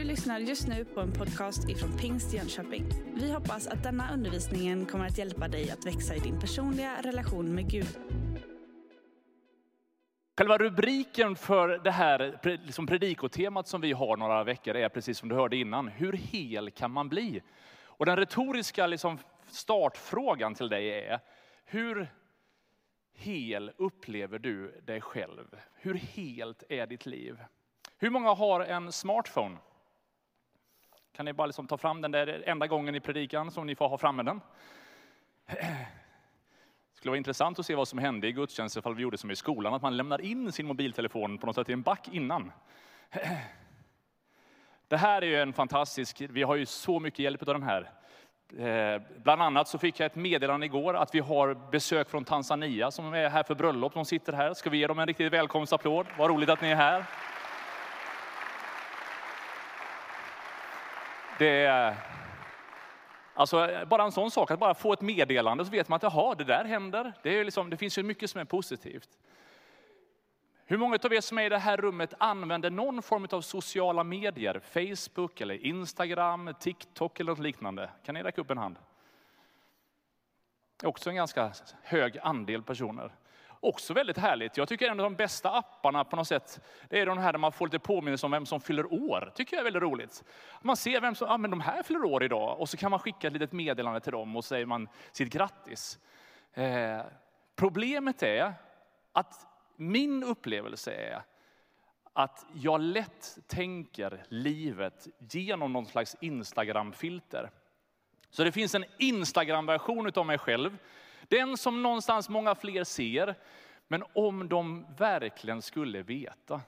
lyssnar just nu på en podcast ifrån Pingst Jönköping. Vi hoppas att denna undervisningen kommer att hjälpa dig att växa i din personliga relation med Gud. Själva rubriken för det här liksom predikotemat som vi har några veckor är precis som du hörde innan. Hur hel kan man bli? Och den retoriska liksom startfrågan till dig är: hur hel upplever du dig själv? Hur helt är ditt liv? Hur många har en smartphone? Kan ni bara liksom ta fram den där enda gången i predikan som ni får ha framme den? Det skulle vara intressant att se vad som hände i gudstjänsten ifall vi gjorde som i skolan. Att man lämnar in sin mobiltelefon på något sätt i en back innan. Det här är ju en fantastisk, vi har ju så mycket hjälp av den här. Bland annat så fick jag ett meddelande igår att vi har besök från Tanzania som är här för bröllop. De sitter här. Ska vi ge dem en riktigt välkomstapplåd? Vad roligt att ni är här. Det är alltså bara en sån sak, att bara få ett meddelande så vet man att jaha, det där händer. Det är liksom, det finns ju mycket som är positivt. Hur många av er som är i det här rummet använder någon form av sociala medier? Facebook eller Instagram, TikTok eller något liknande? Kan ni räcka upp en hand? Också en ganska hög andel personer. Också väldigt härligt. Jag tycker en av de bästa apparna på något sätt, det är de här där man får lite påminnelse om vem som fyller år. Tycker jag är väldigt roligt. Man ser vem som, men de här fyller år idag. Och så kan man skicka ett litet meddelande till dem och säger man sitt grattis. Problemet är att min upplevelse är att jag lätt tänker livet genom någon slags Instagram-filter. Så det finns en Instagram-version av mig själv. Den som någonstans många fler ser. Men om de verkligen skulle veta.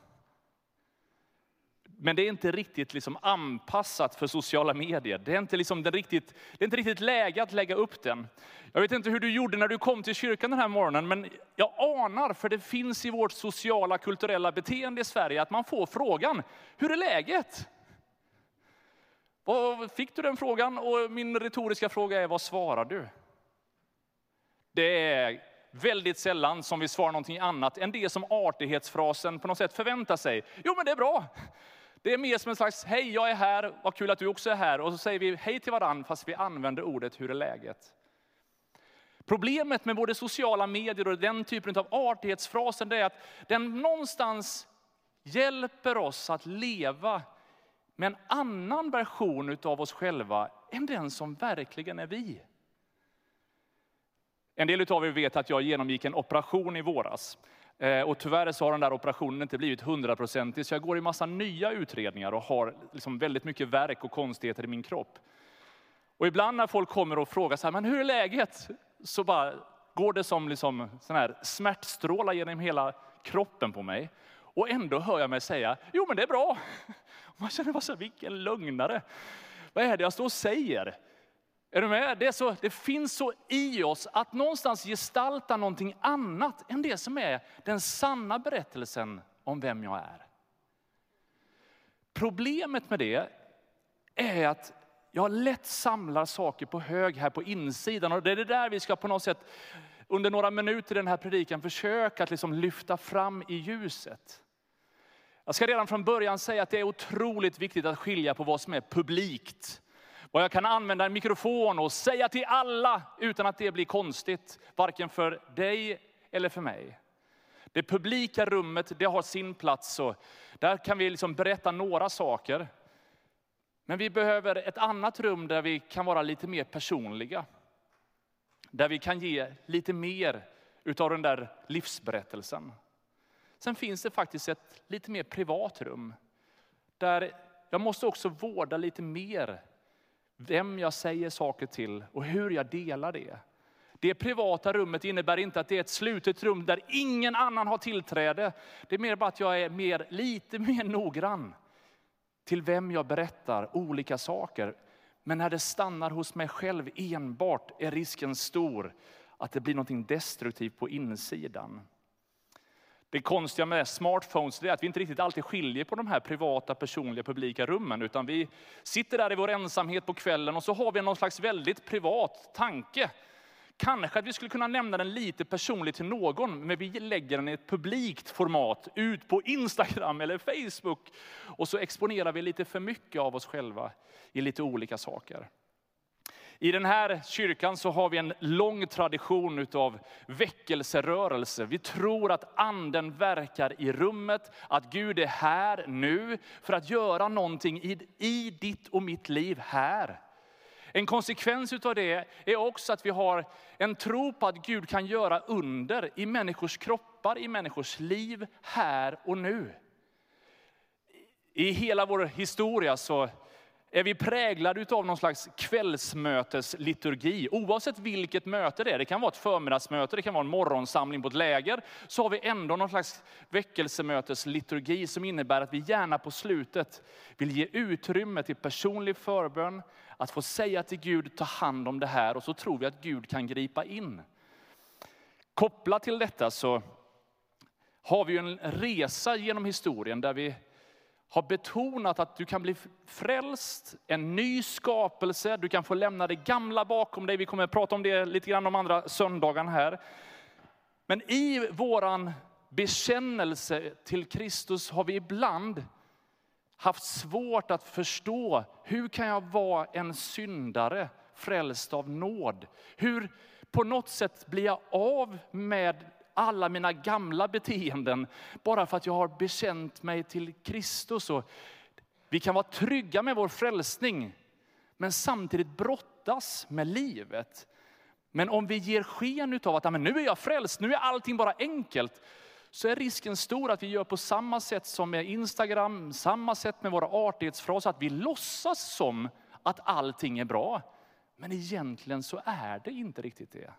Men det är inte riktigt liksom anpassat för sociala medier. Det är inte liksom det är inte riktigt läge att lägga upp den. Jag vet inte hur du gjorde när du kom till kyrkan den här morgonen. Men jag anar, för det finns i vårt sociala kulturella beteende i Sverige, att man får frågan: hur är läget? Och fick du den frågan? Och min retoriska fråga är: vad svarar du? Det är väldigt sällan som vi svarar någonting annat än det som artighetsfrasen på något sätt förväntar sig. Jo, men det är bra. Det är mer som en slags: hej, jag är här, vad kul att du också är här. Och så säger vi hej till varandra fast vi använder ordet hur är läget. Problemet med både sociala medier och den typen av artighetsfrasen är att den någonstans hjälper oss att leva med en annan version av oss själva än den som verkligen är vi. En del av er vet att jag genomgick en operation i våras. Och tyvärr så har den där operationen inte blivit 100%. Så jag går i massa nya utredningar och har liksom väldigt mycket värk och konstigheter i min kropp. Och ibland när folk kommer och frågar så här: men hur är läget? Så bara går det som liksom sån här smärtstrålar genom hela kroppen på mig. Och ändå hör jag mig säga: jo, men det är bra. Och man känner bara så här: vilken lögnare. Vad är det jag står och säger? Är du med? Det finns så i oss att någonstans gestalta någonting annat än det som är den sanna berättelsen om vem jag är. Problemet med det är att jag lätt samlar saker på hög här på insidan. Och det är det där vi ska på något sätt under några minuter i den här predikan försöka att liksom lyfta fram i ljuset. Jag ska redan från början säga att det är otroligt viktigt att skilja på vad som är publikt. Och jag kan använda en mikrofon och säga till alla utan att det blir konstigt. Varken för dig eller för mig. Det publika rummet, det har sin plats. Och där kan vi liksom berätta några saker. Men vi behöver ett annat rum där vi kan vara lite mer personliga. Där vi kan ge lite mer utav den där livsberättelsen. Sen finns det faktiskt ett lite mer privat rum. Där jag måste också vårda lite mer vem jag säger saker till och hur jag delar det. Det privata rummet innebär inte att det är ett slutet rum där ingen annan har tillträde. Det är mer bara att jag är lite mer noggrann till vem jag berättar olika saker. Men när det stannar hos mig själv enbart är risken stor att det blir något destruktivt på insidan. Det konstiga med smartphones är att vi inte riktigt alltid skiljer på de här privata, personliga, publika rummen. Utan vi sitter där i vår ensamhet på kvällen och så har vi någon slags väldigt privat tanke. Kanske att vi skulle kunna nämna den lite personligt till någon, men vi lägger den i ett publikt format ut på Instagram eller Facebook. Och så exponerar vi lite för mycket av oss själva i lite olika saker. I den här kyrkan så har vi en lång tradition av väckelserörelse. Vi tror att anden verkar i rummet, att Gud är här nu för att göra någonting i ditt och mitt liv här. En konsekvens av det är också att vi har en tro på att Gud kan göra under i människors kroppar, i människors liv här och nu. I hela vår historia så är vi präglade av någon slags kvällsmötesliturgi. Oavsett vilket möte det är, det kan vara ett förmiddagsmöte, det kan vara en morgonsamling på ett läger, så har vi ändå någon slags väckelsemötesliturgi som innebär att vi gärna på slutet vill ge utrymme till personlig förbön, att få säga till Gud, ta hand om det här, och så tror vi att Gud kan gripa in. Kopplat till detta så har vi en resa genom historien där vi har betonat att du kan bli frälst, en ny skapelse. Du kan få lämna det gamla bakom dig. Vi kommer att prata om det lite grann om andra söndagen här. Men i våran bekännelse till Kristus har vi ibland haft svårt att förstå, hur kan jag vara en syndare frälst av nåd? Hur på något sätt blir jag av med alla mina gamla beteenden bara för att jag har bekänt mig till Kristus? Och vi kan vara trygga med vår frälsning, men samtidigt brottas med livet. Men om vi ger sken av att nu är jag frälst, nu är allting bara enkelt, så är risken stor att vi gör på samma sätt som med Instagram, samma sätt med våra artighetsfraser, att vi låtsas som att allting är bra. Men egentligen så är det inte riktigt det.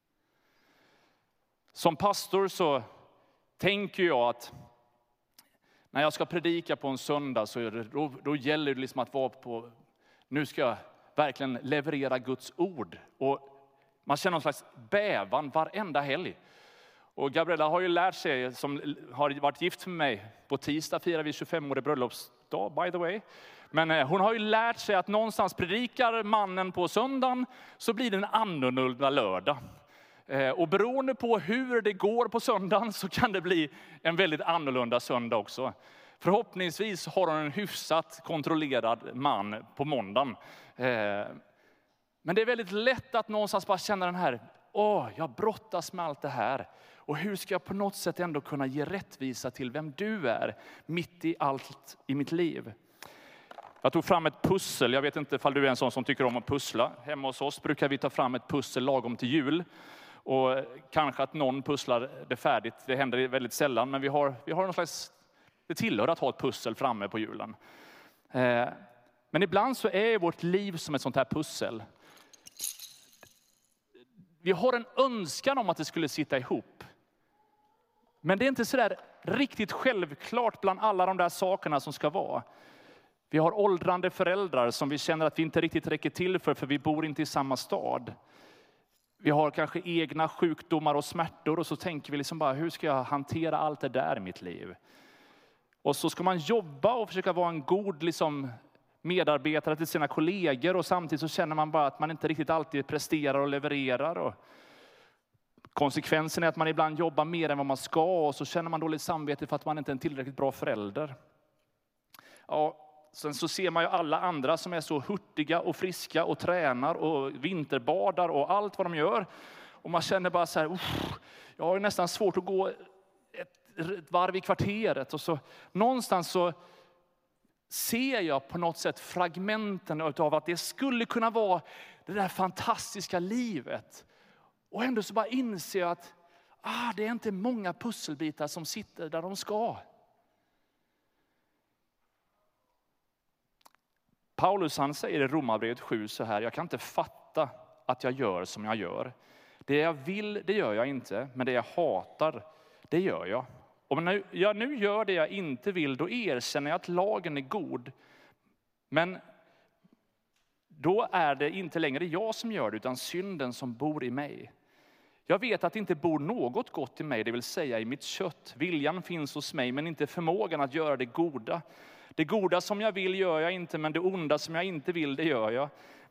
Som pastor så tänker jag att när jag ska predika på en söndag så då gäller det liksom att vara på, nu ska jag verkligen leverera Guds ord. Och man känner någon slags bävan varenda helg. Och Gabriella har ju lärt sig, som har varit gift med mig, på tisdag firar vi 25-årig bröllopsdag, by the way. Men hon har ju lärt sig att någonstans predikar mannen på söndagen, så blir det en annorlunda lördag. Och beroende på hur det går på söndagen så kan det bli en väldigt annorlunda söndag också. Förhoppningsvis har hon en hyfsat kontrollerad man på måndagen. Men det är väldigt lätt att någonstans bara känna den här, jag brottas med allt det här. Och hur ska jag på något sätt ändå kunna ge rättvisa till vem du är mitt i allt i mitt liv? Jag tog fram ett pussel. Jag vet inte ifall du är en sån som tycker om att pussla. Hemma hos oss brukar vi ta fram ett pussel lagom till jul. Och kanske att någon pusslar det färdigt. Det händer väldigt sällan. Men vi har någon slags, det tillhör att ha ett pussel framme på julen. Men ibland så är vårt liv som ett sånt här pussel. Vi har en önskan om att det skulle sitta ihop. Men det är inte så där riktigt självklart bland alla de där sakerna som ska vara. Vi har åldrande föräldrar som vi känner att vi inte riktigt räcker till för vi bor inte i samma stad. Vi har kanske egna sjukdomar och smärtor och så tänker vi liksom bara, hur ska jag hantera allt det där i mitt liv? Och så ska man jobba och försöka vara en god medarbetare till sina kollegor, och samtidigt så känner man bara att man inte riktigt alltid presterar och levererar. Och konsekvensen är att man ibland jobbar mer än vad man ska, och så känner man dåligt samvete för att man inte är en tillräckligt bra förälder. Ja, sen så ser man ju alla andra som är så hurtiga och friska och tränar och vinterbadar och allt vad de gör. Och man känner bara så här, jag har ju nästan svårt att gå ett varv i kvarteret. Och så någonstans så ser jag på något sätt fragmenten av att det skulle kunna vara det där fantastiska livet. Och ändå så bara inser jag att det är inte många pusselbitar som sitter där de ska. Paulus han säger i Romarbrevet 7 så här: jag kan inte fatta att jag gör som jag gör. Det jag vill, det gör jag inte. Men det jag hatar, det gör jag. Och när jag nu gör det jag inte vill, då erkänner jag att lagen är god. Men då är det inte längre jag som gör det, utan synden som bor i mig. Jag vet att det inte bor något gott i mig, det vill säga i mitt kött. Viljan finns hos mig, men inte förmågan att göra det goda. Det goda som jag vill gör jag inte, men det onda som jag inte vill, det gör jag.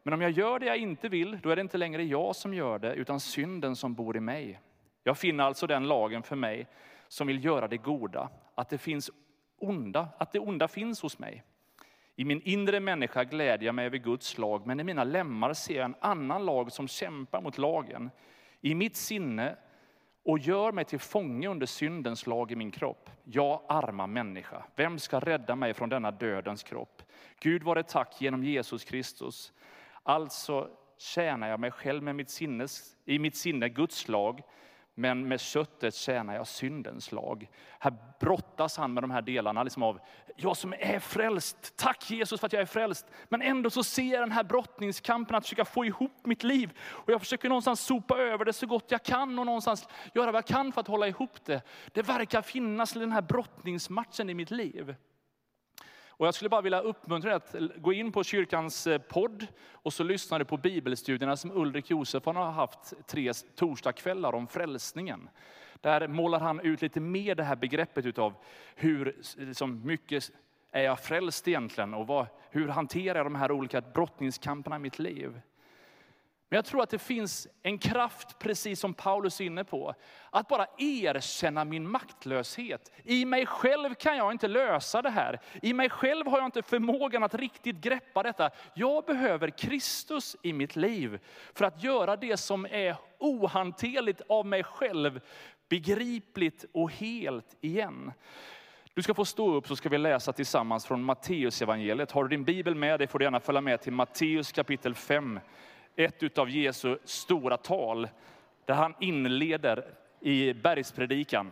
Men om jag gör det jag inte vill, då är det inte längre jag som gör det, utan synden som bor i mig. Jag finner alltså den lagen för mig som vill göra det goda, att det onda finns hos mig. I min inre människa glädjer jag mig över Guds lag, men i mina lemmar ser jag en annan lag som kämpar mot lagen. I mitt sinne och gör mig till fånge under syndens lag i min kropp. Jag arma människa, vem ska rädda mig från denna dödens kropp? Gud var det tack genom Jesus Kristus. Alltså tjänar jag mig själv med i mitt sinne Guds lag, men med köttet tjänar jag syndens lag. Här brottas han med de här delarna liksom av, jag som är frälst, tack Jesus för att jag är frälst. Men ändå så ser jag den här brottningskampen att försöka få ihop mitt liv. Och jag försöker någonstans sopa över det så gott jag kan och någonstans göra vad jag kan för att hålla ihop det. Det verkar finnas den här brottningsmatchen i mitt liv. Och jag skulle bara vilja uppmuntra dig att gå in på kyrkans podd och så lyssnar du på bibelstudierna som Ulrik Josefsson har haft 3 torsdagskvällar om frälsningen. Där målar han ut lite mer det här begreppet utav hur liksom mycket är jag frälst egentligen och hur hanterar jag de här olika brottningskamperna i mitt liv. Men jag tror att det finns en kraft, precis som Paulus är inne på, att bara erkänna min maktlöshet. I mig själv kan jag inte lösa det här. I mig själv har jag inte förmågan att riktigt greppa detta. Jag behöver Kristus i mitt liv för att göra det som är ohanterligt av mig själv begripligt och helt igen. Du ska få stå upp så ska vi läsa tillsammans från Matteus evangeliet. Har du din bibel med dig får du gärna följa med till Matteus kapitel 5. Ett av Jesu stora tal där han inleder i bergspredikan.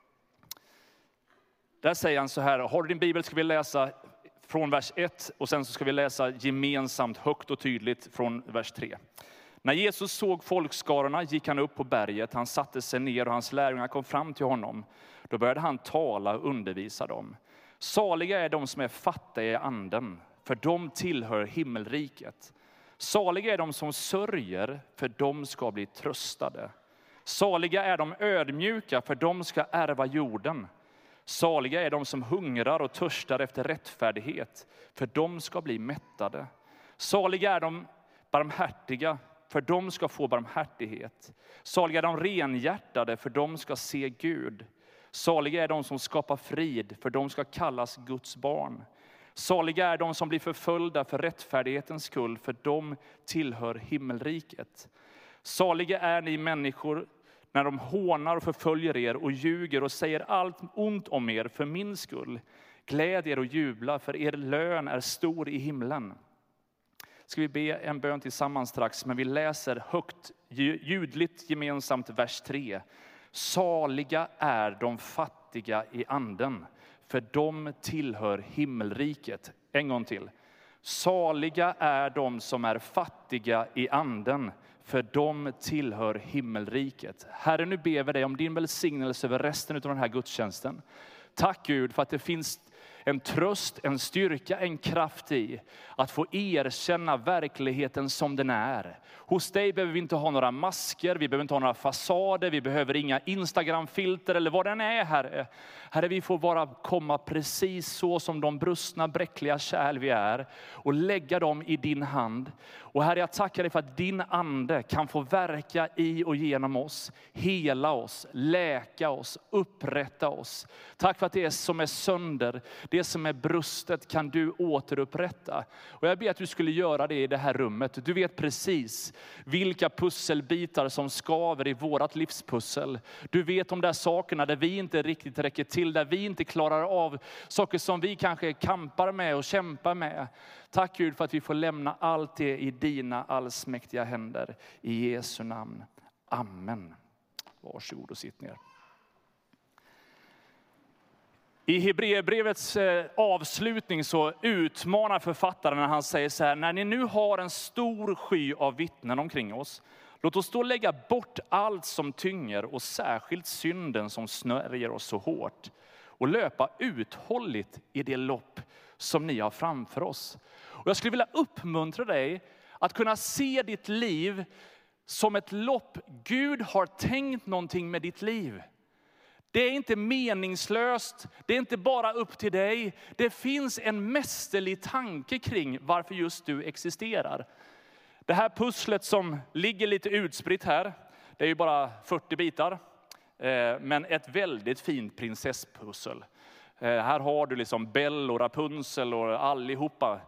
Där säger han så här, har du din bibel ska vi läsa från vers 1 och sen så ska vi läsa gemensamt högt och tydligt från vers 3. När Jesus såg folkskarorna gick han upp på berget, han satte sig ner och hans lärjungar kom fram till honom. Då började han tala och undervisa dem. Saliga är de som är fattiga i anden, för de tillhör himmelriket. Saliga är de som sörjer, för de ska bli tröstade. Saliga är de ödmjuka, för de ska ärva jorden. Saliga är de som hungrar och törstar efter rättfärdighet, för de ska bli mättade. Saliga är de barmhärtiga, för de ska få barmhärtighet. Saliga är de renhjärtade, för de ska se Gud. Saliga är de som skapar frid, för de ska kallas Guds barn. Saliga är de som blir förföljda för rättfärdighetens skull, för de tillhör himmelriket. Saliga är ni människor när de hånar och förföljer er och ljuger och säger allt ont om er för min skull. Gläd er och jubla, för er lön är stor i himlen. Ska vi be en bön tillsammans strax, men vi läser högt, ljudligt gemensamt vers 3. Saliga är de fattiga i anden, för de tillhör himmelriket. En gång till. Saliga är de som är fattiga i anden, för de tillhör himmelriket. Herre, nu ber vi dig om din välsignelse över resten av den här gudstjänsten. Tack Gud för att det finns en tröst, en styrka, en kraft i att få erkänna verkligheten som den är. Hos dig behöver vi inte ha några masker, vi behöver inte ha några fasader, vi behöver inga Instagram-filter eller vad den är, Herre. Herre, vi får bara komma precis så som de brustna, bräckliga kärl vi är och lägga dem i din hand. Och Herre, jag tackar dig för att din ande kan få verka i och genom oss, hela oss, läka oss, upprätta oss. Tack för att det som är sönder, det som är brustet kan du återupprätta. Och jag ber att du skulle göra det i det här rummet. Du vet precis vilka pusselbitar som skaver i vårat livspussel. Du vet de där sakerna där vi inte riktigt räcker till, där vi inte klarar av saker som vi kanske kampar med och kämpar med. Tack Gud för att vi får lämna allt det i dina allsmäktiga händer. I Jesu namn. Amen. Varsågod och sitt ner. I Hebreerbrevets avslutning så utmanar författaren när han säger så här: när ni nu har en stor sky av vittnen omkring oss, låt oss då lägga bort allt som tynger och särskilt synden som snärjer oss så hårt och löpa uthålligt i det lopp som ni har framför oss. Och jag skulle vilja uppmuntra dig att kunna se ditt liv som ett lopp. Gud har tänkt någonting med ditt liv. Det är inte meningslöst, det är inte bara upp till dig. Det finns en mästerlig tanke kring varför just du existerar. Det här pusslet som ligger lite utspritt här, det är ju bara 40 bitar. Men ett väldigt fint prinsesspussel. Här har du liksom Belle och Rapunzel och allihopa.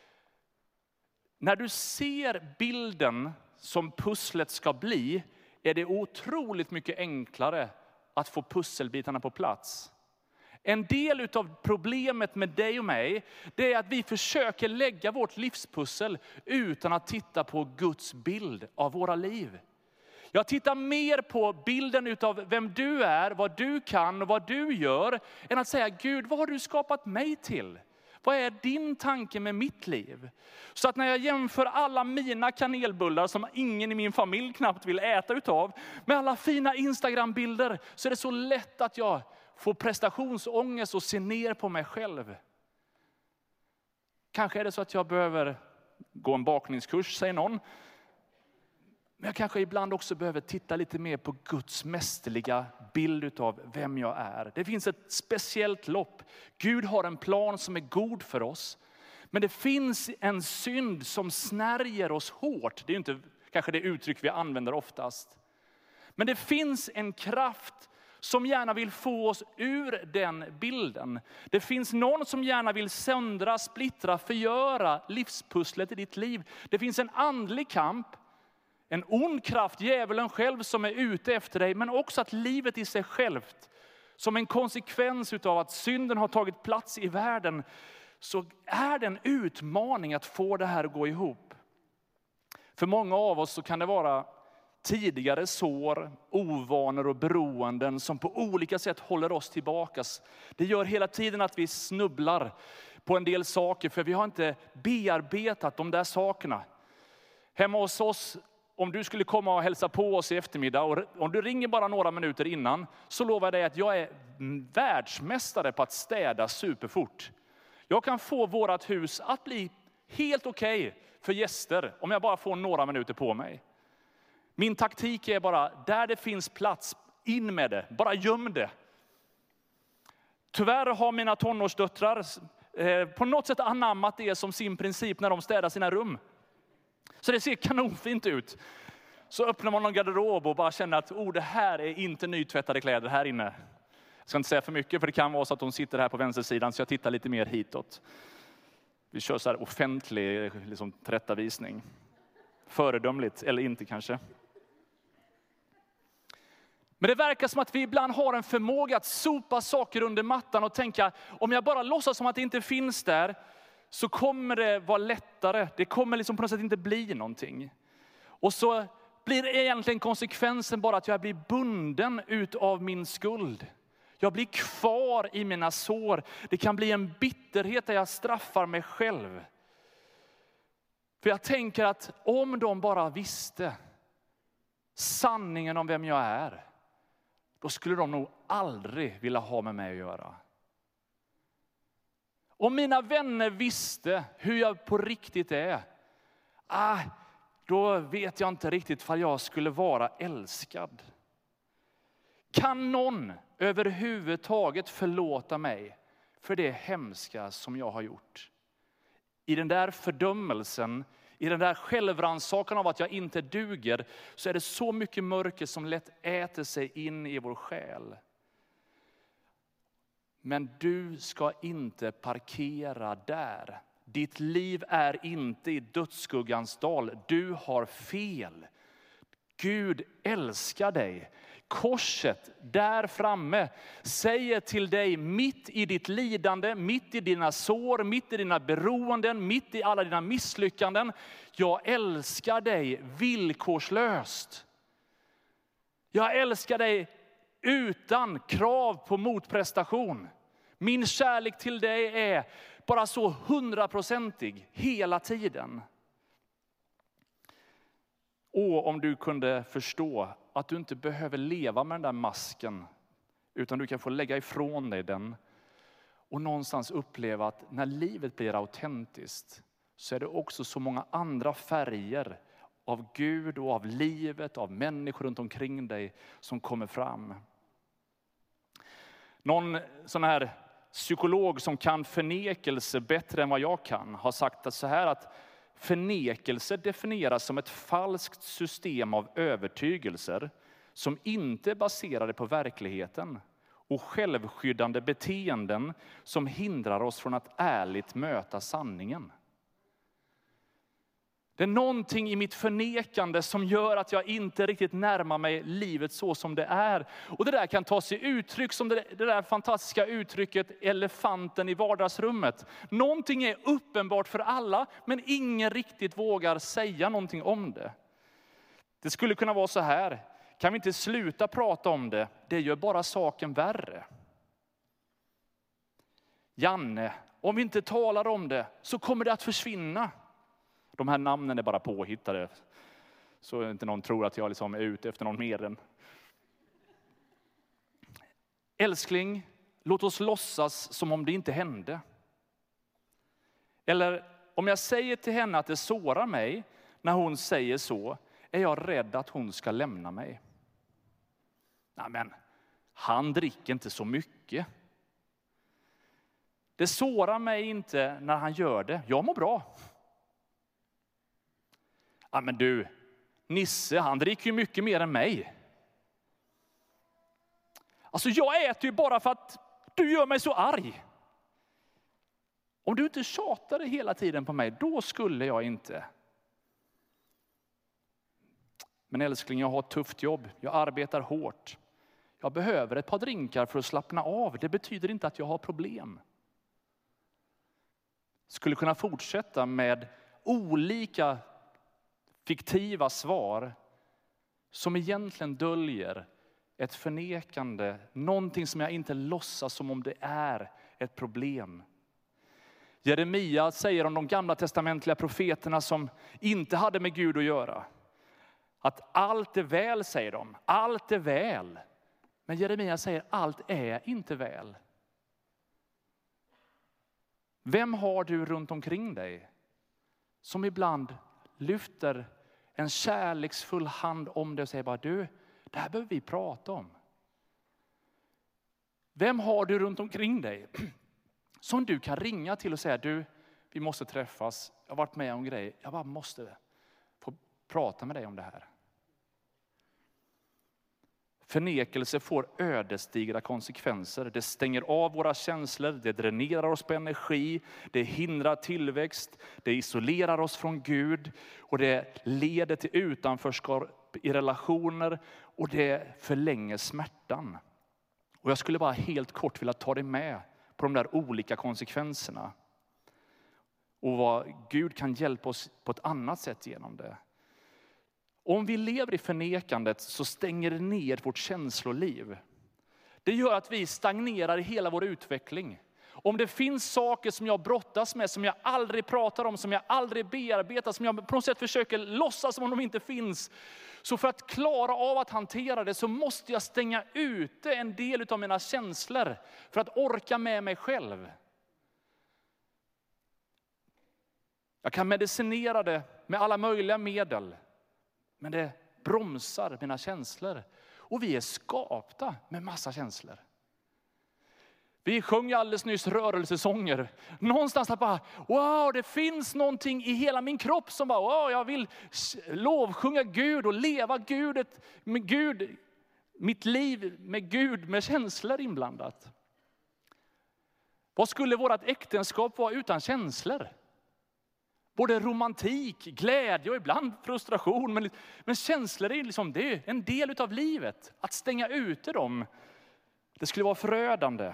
När du ser bilden som pusslet ska bli, är det otroligt mycket enklare att få pusselbitarna på plats. En del av problemet med dig och mig, det är att vi försöker lägga vårt livspussel utan att titta på Guds bild av våra liv. Jag tittar mer på bilden av vem du är, vad du kan och vad du gör, än att säga, Gud, vad har du skapat mig till? Vad är din tanke med mitt liv? Så att när jag jämför alla mina kanelbullar som ingen i min familj knappt vill äta utav, med alla fina Instagram-bilder, så är det så lätt att jag får prestationsångest och ser ner på mig själv. Kanske är det så att jag behöver gå en bakningskurs, säger någon. Men jag kanske ibland också behöver titta lite mer på Guds mästerliga bild av vem jag är. Det finns ett speciellt lopp. Gud har en plan som är god för oss. Men det finns en synd som snärjer oss hårt. Det är ju inte kanske det uttryck vi använder oftast. Men det finns en kraft som gärna vill få oss ur den bilden. Det finns någon som gärna vill söndra, splittra, förgöra livspusslet i ditt liv. Det finns en andlig kamp. En ond kraft, djävulen själv, som är ute efter dig. Men också att livet i sig självt, som en konsekvens av att synden har tagit plats i världen, så är det en utmaning att få det här att gå ihop. För många av oss så kan det vara tidigare sår, ovanor och beroenden som på olika sätt håller oss tillbaka. Det gör hela tiden att vi snubblar på en del saker, för vi har inte bearbetat de där sakerna. Hemma hos oss, om du skulle komma och hälsa på oss i eftermiddag, och om du ringer bara några minuter innan, så lovar jag dig att jag är världsmästare på att städa superfort. Jag kan få vårat hus att bli helt okej för gäster om jag bara får några minuter på mig. Min taktik är bara, där det finns plats, in med det. Bara göm det. Tyvärr har mina tonårsdöttrar på något sätt anammat det som sin princip när de städar sina rum. Så det ser kanonfint ut. Så öppnar man en garderob och bara känner att det här är inte nytvättade kläder här inne. Jag ska inte säga för mycket, för det kan vara så att de sitter här på vänstersidan, så jag tittar lite mer hitåt. Vi kör så här offentlig tillrättavisning. Föredömligt, eller inte kanske. Men det verkar som att vi ibland har en förmåga att sopa saker under mattan och tänka, om jag bara låtsas som att det inte finns där, så kommer det vara lättare. Det kommer på något sätt inte bli någonting. Och så blir egentligen konsekvensen bara att jag blir bunden utav min skuld. Jag blir kvar i mina sår. Det kan bli en bitterhet där jag straffar mig själv. För jag tänker att om de bara visste sanningen om vem jag är, då skulle de nog aldrig vilja ha med mig att göra. Om mina vänner visste hur jag på riktigt är, då vet jag inte riktigt vad jag skulle vara älskad. Kan någon överhuvudtaget förlåta mig för det hemska som jag har gjort? I den där fördömelsen, i den där självrannsakan av att jag inte duger, så är det så mycket mörker som lätt äter sig in i vår själ. Men du ska inte parkera där. Ditt liv är inte i dödsskuggans dal. Du har fel. Gud älskar dig. Korset där framme säger till dig, mitt i ditt lidande, mitt i dina sår, mitt i dina beroenden, mitt i alla dina misslyckanden. Jag älskar dig villkorslöst. Jag älskar dig utan krav på motprestation. Min kärlek till dig är bara så 100% hela tiden. Och om du kunde förstå att du inte behöver leva med den där masken, utan du kan få lägga ifrån dig den och någonstans uppleva att när livet blir autentiskt, så är det också så många andra färger av Gud och av livet, av människor runt omkring dig som kommer fram. Någon sån här psykolog som kan förnekelse bättre än vad jag kan har sagt så här, att Förnekelse definieras som ett falskt system av övertygelser som inte är baserade på verkligheten och självskyddande beteenden som hindrar oss från att ärligt möta sanningen. Det är någonting i mitt förnekande som gör att jag inte riktigt närmar mig livet så som det är. Och det där kan ta sig uttryck som det där fantastiska uttrycket elefanten i vardagsrummet. Någonting är uppenbart för alla, men ingen riktigt vågar säga någonting om det. Det skulle kunna vara så här: kan vi inte sluta prata om det? Det gör bara saken värre. Janne, om vi inte talar om det så kommer det att försvinna. De här namnen är bara påhittade. Så inte någon tror att jag liksom är ute efter någon mer än. Älskling, låt oss låtsas som om det inte hände. Eller om jag säger till henne att det sårar mig när hon säger så, är jag rädd att hon ska lämna mig. Nej, men han dricker inte så mycket. Det sårar mig inte när han gör det. Jag mår bra. Ja, men du, Nisse, han dricker ju mycket mer än mig. Alltså jag äter ju bara för att du gör mig så arg. Om du inte tjatade hela tiden på mig, då skulle jag inte. Men älskling, jag har ett tufft jobb. Jag arbetar hårt. Jag behöver ett par drinkar för att slappna av. Det betyder inte att jag har problem. Skulle kunna fortsätta med olika fiktiva svar som egentligen döljer ett förnekande. Någonting som jag inte låtsas som om det är ett problem. Jeremia säger om de gamla testamentliga profeterna som inte hade med Gud att göra. Att allt är väl, säger de. Allt är väl. Men Jeremia säger allt är inte väl. Vem har du runt omkring dig som ibland lyfter en kärleksfull hand om dig och säger bara du, det här behöver vi prata om. Vem har du runt omkring dig som du kan ringa till och säga du, vi måste träffas. Jag har varit med om grejer. Jag bara måste få prata med dig om det här. Förnekelse får ödesdigra konsekvenser. Det stänger av våra känslor, det dränerar oss på energi, det hindrar tillväxt, det isolerar oss från Gud och det leder till utanförskap i relationer och det förlänger smärtan. Och jag skulle bara helt kort vilja ta dig med på de där olika konsekvenserna och vad Gud kan hjälpa oss på ett annat sätt genom det. Om vi lever i förnekandet så stänger det ner vårt känsloliv. Det gör att vi stagnerar i hela vår utveckling. Om det finns saker som jag brottas med, som jag aldrig pratar om, som jag aldrig bearbetar, som jag på något sätt försöker låtsas som om de inte finns. Så för att klara av att hantera det så måste jag stänga ute en del av mina känslor för att orka med mig själv. Jag kan medicinera det med alla möjliga medel. Men det bromsar mina känslor. Och vi är skapta med massa känslor. Vi sjöng alldeles nyss rörelsesånger. Någonstans att bara, wow, det finns någonting i hela min kropp som bara, wow, jag vill lovsjunga Gud och leva med Gud. Mitt liv med Gud med känslor inblandat. Vad skulle vårt äktenskap vara utan känslor? Både romantik, glädje och ibland frustration. Men känslor är liksom, det är en del av livet. Att stänga ute dem, det skulle vara förödande.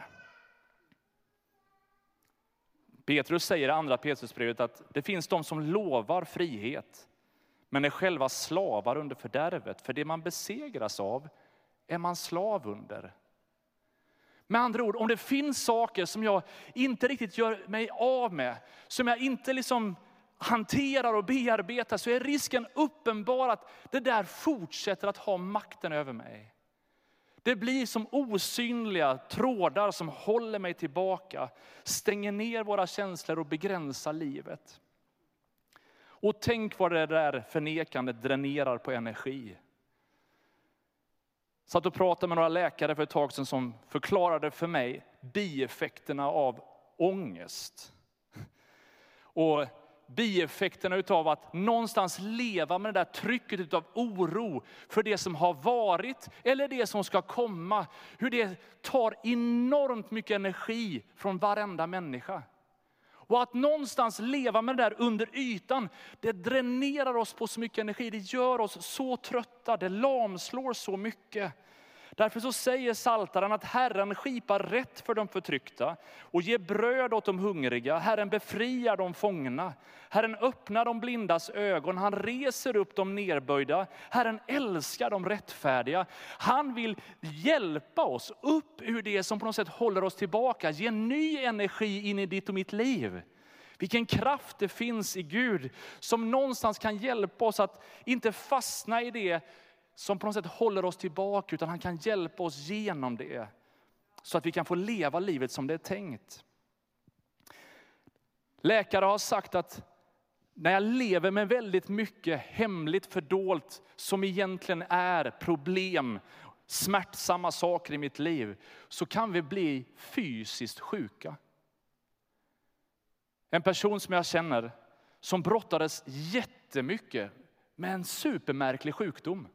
Petrus säger i andra Petrusbrevet att det finns de som lovar frihet. Men är själva slavar under fördärvet. För det man besegras av är man slav under. Med andra ord, om det finns saker som jag inte riktigt gör mig av med. Som jag inte liksom hanterar och bearbetar, så är risken uppenbar att det där fortsätter att ha makten över mig. Det blir som osynliga trådar som håller mig tillbaka, stänger ner våra känslor och begränsar livet. Och tänk vad det där förnekandet dränerar på energi. Satt och pratade med några läkare för ett tag sedan som förklarade för mig bieffekterna av ångest. Och bieffekterna utav att någonstans leva med det där trycket utav oro för det som har varit eller det som ska komma. Hur det tar enormt mycket energi från varenda människa. Och att någonstans leva med det där under ytan, det dränerar oss på så mycket energi. Det gör oss så trötta, det lamslår så mycket. Därför så säger Psaltaren att Herren skipar rätt för de förtryckta och ger bröd åt de hungriga. Herren befriar de fångna. Herren öppnar de blindas ögon. Han reser upp de nerböjda. Herren älskar de rättfärdiga. Han vill hjälpa oss upp ur det som på något sätt håller oss tillbaka. Ge ny energi in i ditt och mitt liv. Vilken kraft det finns i Gud som någonstans kan hjälpa oss att inte fastna i det som på något sätt håller oss tillbaka, utan han kan hjälpa oss genom det. Så att vi kan få leva livet som det är tänkt. Läkare har sagt att när jag lever med väldigt mycket hemligt fördolt som egentligen är problem, smärtsamma saker i mitt liv, så kan vi bli fysiskt sjuka. En person som jag känner som brottades jättemycket med en supermärklig sjukdom.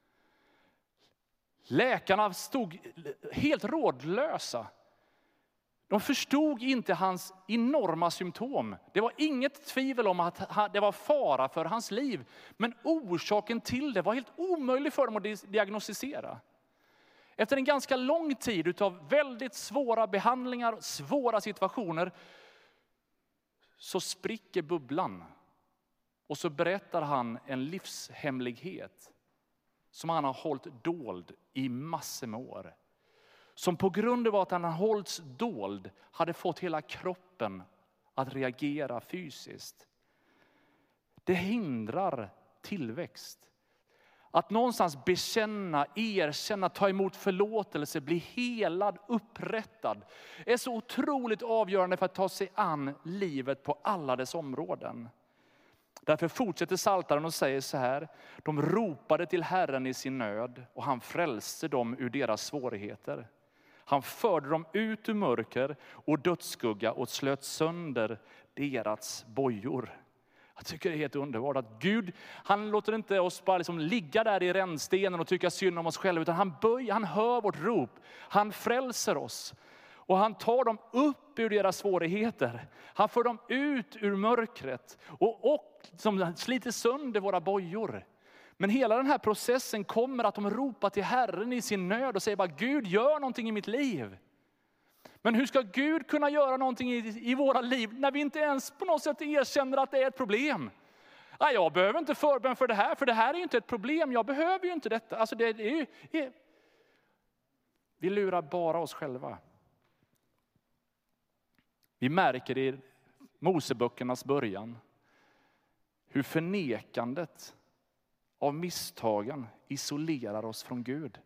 Läkarna stod helt rådlösa. De förstod inte hans enorma symptom. Det var inget tvivel om att det var fara för hans liv. Men orsaken till det var helt omöjlig för dem att diagnostisera. Efter en ganska lång tid av väldigt svåra behandlingar, svåra situationer, så spricker bubblan. Och så berättar han en livshemlighet som han har hållit dold i massor med år. Som på grund av att han har hållits dold hade fått hela kroppen att reagera fysiskt. Det hindrar tillväxt. Att någonstans bekänna, erkänna, ta emot förlåtelse, bli helad, upprättad är så otroligt avgörande för att ta sig an livet på alla dess områden. Därför fortsätter Psaltaren och säger så här: de ropade till Herren i sin nöd och han frälste dem ur deras svårigheter. Han förde dem ut ur mörker och dödsskugga och slöt sönder deras bojor. Jag tycker det är helt underbart att Gud, han låter inte oss bara liksom ligga där i rännstenen och tycka synd om oss själva, utan han hör vårt rop. Han frälser oss. Och han tar dem upp ur deras svårigheter. Han för dem ut ur mörkret. Och som sliter sönder våra bojor. Men hela den här processen kommer att de ropar till Herren i sin nöd. Och säger bara: Gud, gör någonting i mitt liv. Men hur ska Gud kunna göra någonting i våra liv när vi inte ens på något sätt erkänner att det är ett problem? Jag behöver inte förbön för det här är ju inte ett problem. Jag behöver ju inte detta. Alltså vi lurar bara oss själva. Vi märker i Moseböckernas början hur förnekandet av misstagen isolerar oss från Gud.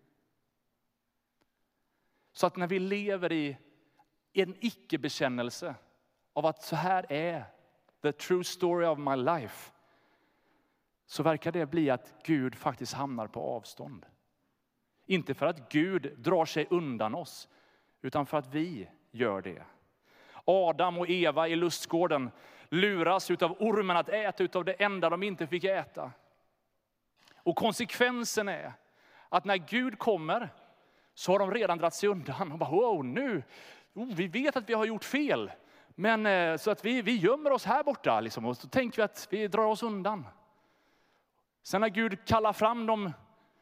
Så att när vi lever i en icke-bekännelse av att så här är the true story of my life, så verkar det bli att Gud faktiskt hamnar på avstånd. Inte för att Gud drar sig undan oss, utan för att vi gör det. Adam och Eva i lustgården luras utav ormen att äta utav det enda de inte fick äta. Och konsekvensen är att när Gud kommer så har de redan dratt sig undan. Och bara, vi vet att vi har gjort fel. Men så att vi gömmer oss här borta. Liksom, och så tänker vi att vi drar oss undan. Sen när Gud kallar fram dem,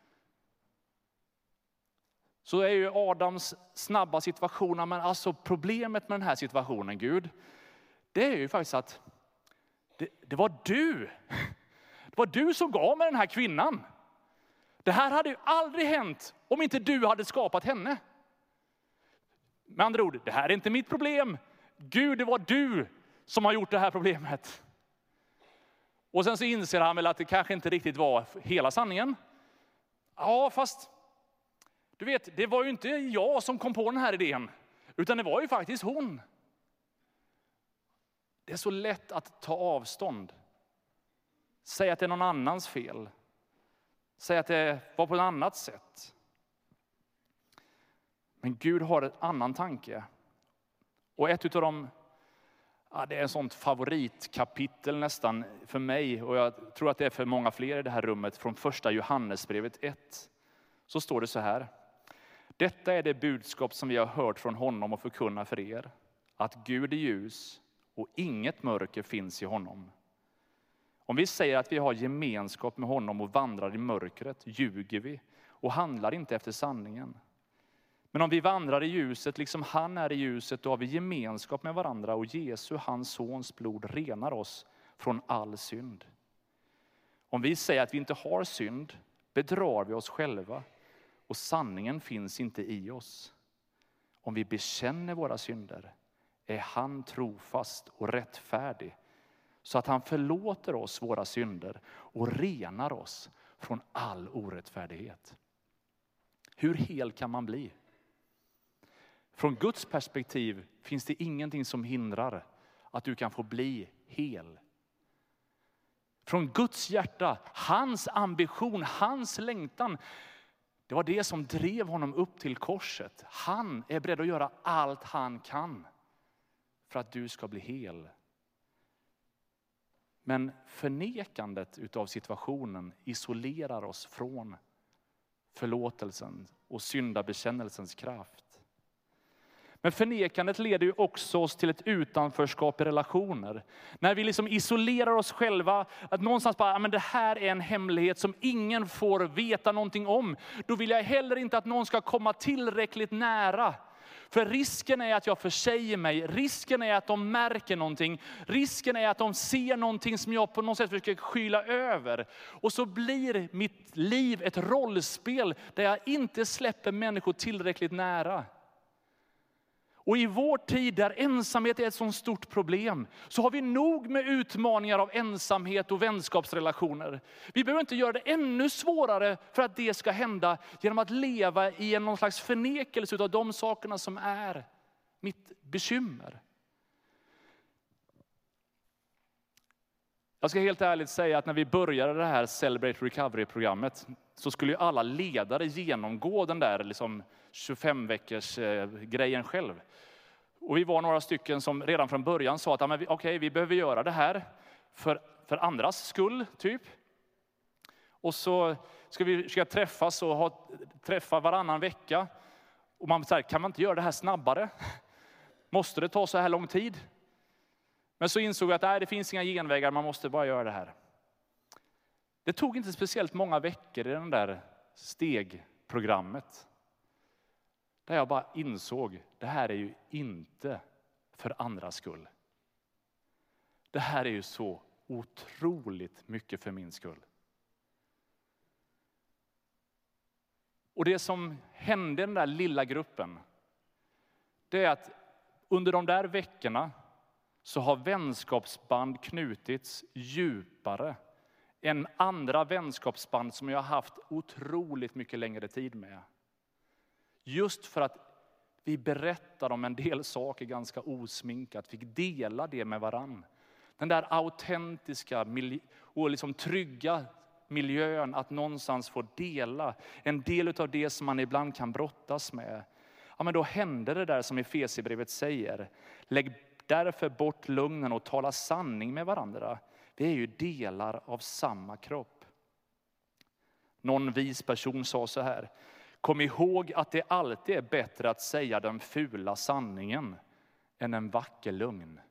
så är ju Adams snabba situation, men alltså problemet med den här situationen, Gud, det är ju faktiskt att det var du. Det var du som gav mig den här kvinnan. Det här hade ju aldrig hänt om inte du hade skapat henne. Med andra ord, det här är inte mitt problem. Gud, det var du som har gjort det här problemet. Och sen så inser han väl att det kanske inte riktigt var hela sanningen. Ja, fast du vet, det var ju inte jag som kom på den här idén, utan det var ju faktiskt hon. Det är så lätt att ta avstånd. Säga att det är någon annans fel. Säga att det var på ett annat sätt. Men Gud har en annan tanke. Och ett utav de Ja, det är ett sånt favoritkapitel nästan för mig, och jag tror att det är för många fler i det här rummet, från första Johannesbrevet 1. Så står det så här: detta är det budskap som vi har hört från honom och förkunnar för er, att Gud är ljus och inget mörker finns i honom. Om vi säger att vi har gemenskap med honom och vandrar i mörkret, ljuger vi och handlar inte efter sanningen. Men om vi vandrar i ljuset liksom han är i ljuset, då har vi gemenskap med varandra, och Jesu, hans sons blod, renar oss från all synd. Om vi säger att vi inte har synd, bedrar vi oss själva och sanningen finns inte i oss. Om vi bekänner våra synder är han trofast och rättfärdig, så att han förlåter oss våra synder och renar oss från all orättfärdighet. Hur hel kan man bli? Från Guds perspektiv finns det ingenting som hindrar att du kan få bli hel. Från Guds hjärta, hans ambition, hans längtan, det var det som drev honom upp till korset. Han är beredd att göra allt han kan för att du ska bli hel. Men förnekandet utav situationen isolerar oss från förlåtelsen och syndabekännelsens kraft. Men förnekandet leder ju också oss till ett utanförskap i relationer. När vi liksom isolerar oss själva, att någonstans bara, men det här är en hemlighet som ingen får veta någonting om. Då vill jag heller inte att någon ska komma tillräckligt nära. För risken är att jag försäger mig. Risken är att de märker någonting. Risken är att de ser någonting som jag på något sätt försöker skyla över. Och så blir mitt liv ett rollspel där jag inte släpper människor tillräckligt nära. Och i vår tid där ensamhet är ett så stort problem, så har vi nog med utmaningar av ensamhet och vänskapsrelationer. Vi behöver inte göra det ännu svårare för att det ska hända genom att leva i någon slags förnekelse av de sakerna som är mitt bekymmer. Jag ska helt ärligt säga att när vi började det här Celebrate Recovery-programmet så skulle ju alla ledare genomgå den där 25-veckors grejen själv. Och vi var några stycken som redan från början sa att okej, vi behöver göra det här för andras skull typ. Och så ska vi träffas och träffa varannan vecka. Och man säger, kan man inte göra det här snabbare? Måste det ta så här lång tid? Men så insåg jag att det finns inga genvägar, man måste bara göra det här. Det tog inte speciellt många veckor i den där stegprogrammet. Där jag bara insåg, det här är ju inte för andras skull. Det här är ju så otroligt mycket för min skull. Och det som hände i den där lilla gruppen, det är att under de där veckorna så har vänskapsband knutits djupare än andra vänskapsband som jag har haft otroligt mycket längre tid med. Just för att vi berättar om en del saker ganska osminkat, fick dela det med varann. Den där autentiska och liksom trygga miljön att någonstans få dela en del av det som man ibland kan brottas med. Ja, men då händer det där som Efesierbrevet säger. Lägg därför bort lögnen och tala sanning med varandra. Vi är ju delar av samma kropp. Någon vis person sa så här: kom ihåg att det alltid är bättre att säga den fula sanningen än en vacker lögn.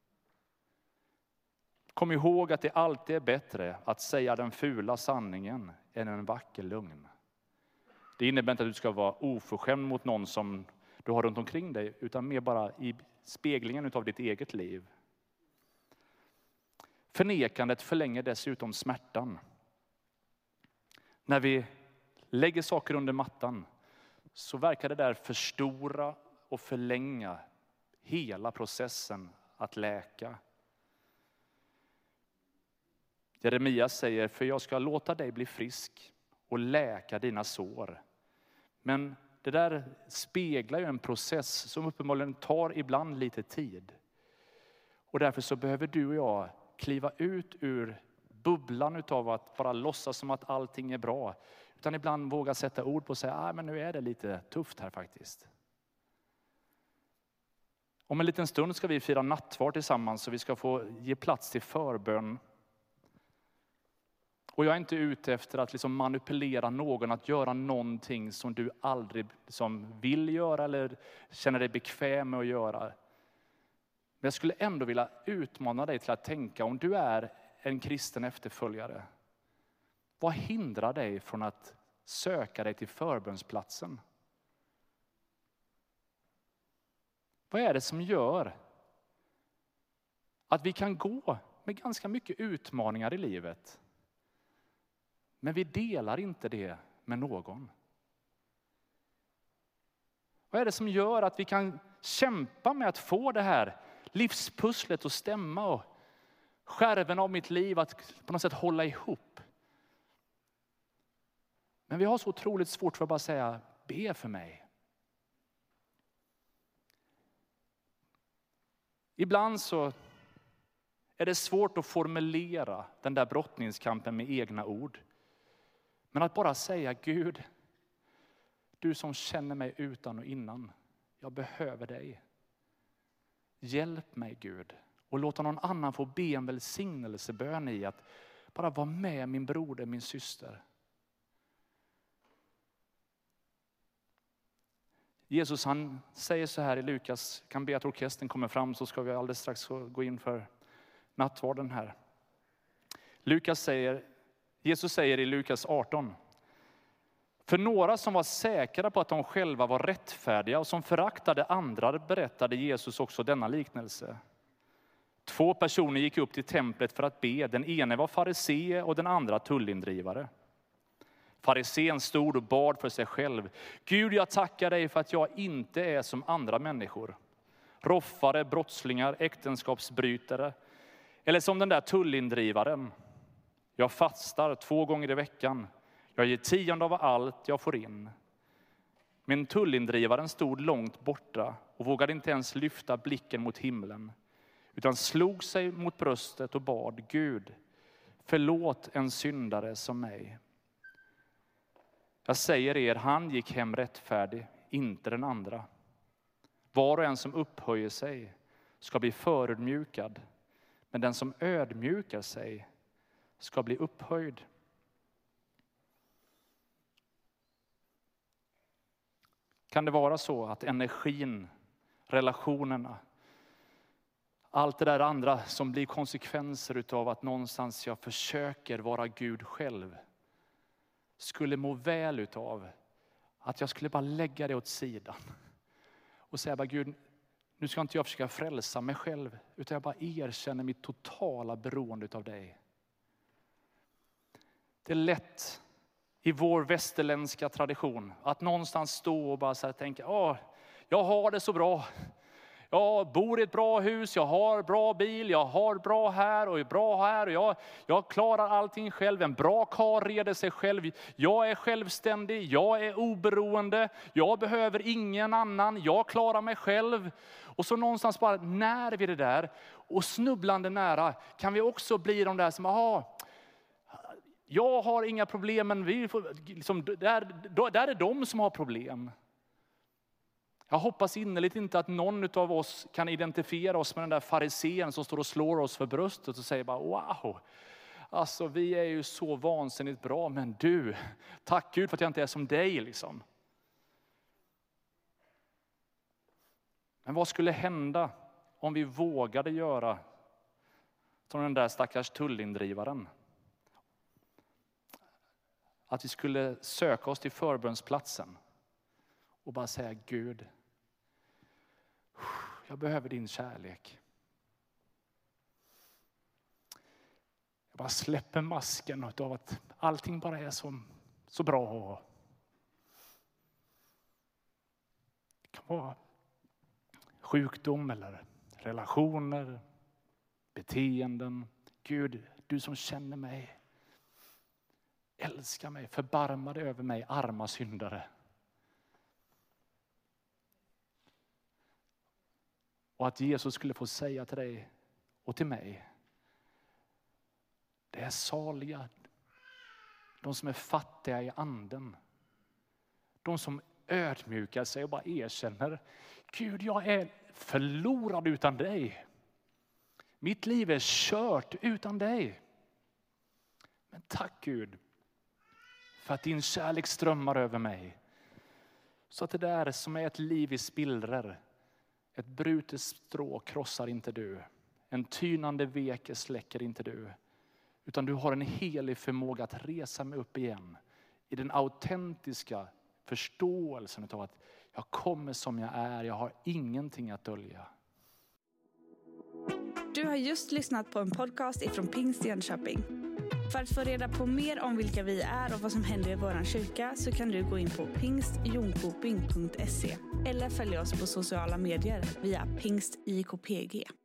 Kom ihåg att det alltid är bättre att säga den fula sanningen än en vacker lögn. Det innebär inte att du ska vara oförskämd mot någon som du har runt omkring dig, utan mer bara i speglingen av ditt eget liv. Förnekandet förlänger dessutom smärtan. När vi lägger saker under mattan så verkar det där förstora och förlänga hela processen att läka. Jeremia säger, för jag ska låta dig bli frisk och läka dina sår. Men det där speglar ju en process som uppenbarligen tar ibland lite tid. Och därför så behöver du och jag kliva ut ur bubblan utav att bara låtsas som att allting är bra. Utan ibland våga sätta ord på och säga, men nu är det lite tufft här faktiskt. Om en liten stund ska vi fira nattvard tillsammans, så vi ska få ge plats till förbön. Och jag är inte ute efter att liksom manipulera någon att göra någonting som du aldrig liksom vill göra eller känner dig bekväm med att göra. Men jag skulle ändå vilja utmana dig till att tänka, om du är en kristen efterföljare, vad hindrar dig från att söka dig till förbönsplatsen? Vad är det som gör att vi kan gå med ganska mycket utmaningar i livet, men vi delar inte det med någon? Vad är det som gör att vi kan kämpa med att få det här livspusslet att stämma och skärven av mitt liv att på något sätt hålla ihop? Men vi har så otroligt svårt för att bara säga, be för mig. Ibland så är det svårt att formulera den där brottningskampen med egna ord. Men att bara säga, Gud, du som känner mig utan och innan, jag behöver dig. Hjälp mig, Gud. Och låta någon annan få be en välsignelsebön i att bara vara med min broder, min syster. Jesus, han säger så här i Lukas, kan be att orkestern kommer fram, så ska vi alldeles strax gå in för nattvarden här. Jesus säger i Lukas 18: för några som var säkra på att de själva var rättfärdiga och som föraktade andra berättade Jesus också denna liknelse. 2 personer gick upp till templet för att be. Den ene var farisé och den andra tullindrivare. Farisén stod och bad för sig själv. Gud, jag tackar dig för att jag inte är som andra människor. Roffare, brottslingar, äktenskapsbrytare. Eller som den där tullindrivaren. Jag fastar 2 gånger i veckan. Jag ger 10% av allt jag får in. Men tullindrivaren stod långt borta och vågade inte ens lyfta blicken mot himlen. Utan slog sig mot bröstet och bad, Gud, förlåt en syndare som mig. Jag säger er, han gick hem rättfärdig, inte den andra. Var och en som upphöjer sig ska bli förödmjukad. Men den som ödmjukar sig ska bli upphöjd. Kan det vara så att energin, relationerna, allt det där andra som blir konsekvenser utav att någonstans jag försöker vara Gud själv, skulle må väl utav att jag skulle bara lägga det åt sidan och säga bara, Gud, nu ska inte jag försöka frälsa mig själv, utan jag bara erkänner mitt totala beroende utav dig. Det är lätt i vår västerländska tradition att någonstans stå och bara så här tänka, jag har det så bra. Jag bor i ett bra hus, jag har bra bil, jag har bra här och bra här. Och jag klarar allting själv, en bra karl reder sig själv. Jag är självständig, jag är oberoende, jag behöver ingen annan, jag klarar mig själv. Och så någonstans bara när vi det där och snubblande nära kan vi också bli de där som, jag har inga problem, men vi får, liksom, där är de som har problem. Jag hoppas innerligt inte att någon av oss kan identifiera oss med den där farisén som står och slår oss för bröstet och säger bara, wow, alltså vi är ju så vansinnigt bra, men du, tack Gud för att jag inte är som dig liksom. Men vad skulle hända om vi vågade göra som den där stackars tullindrivaren? Att vi skulle söka oss till förbönsplatsen och bara säga, Gud, jag behöver din kärlek. Jag bara släpper masken av att allting bara är så bra. Det kan vara sjukdom eller relationer, beteenden. Gud, du som känner mig, älskar mig, förbarma dig över mig, arma syndare. Och att Jesus skulle få säga till dig och till mig, det är saliga de som är fattiga i anden. De som ödmjukar sig och bara erkänner, Gud, jag är förlorad utan dig. Mitt liv är kört utan dig. Men tack Gud för att din kärlek strömmar över mig. Så att det där som är ett liv i spillror, ett brutet strå krossar inte du. En tynande veke släcker inte du. Utan du har en helig förmåga att resa mig upp igen. I den autentiska förståelsen av att jag kommer som jag är. Jag har ingenting att dölja. Du har just lyssnat på en podcast ifrån Pingst Jönköping. För att få reda på mer om vilka vi är och vad som händer i våran kyrka så kan du gå in på pingstjonkoping.se eller följa oss på sociala medier via pingstjkpg.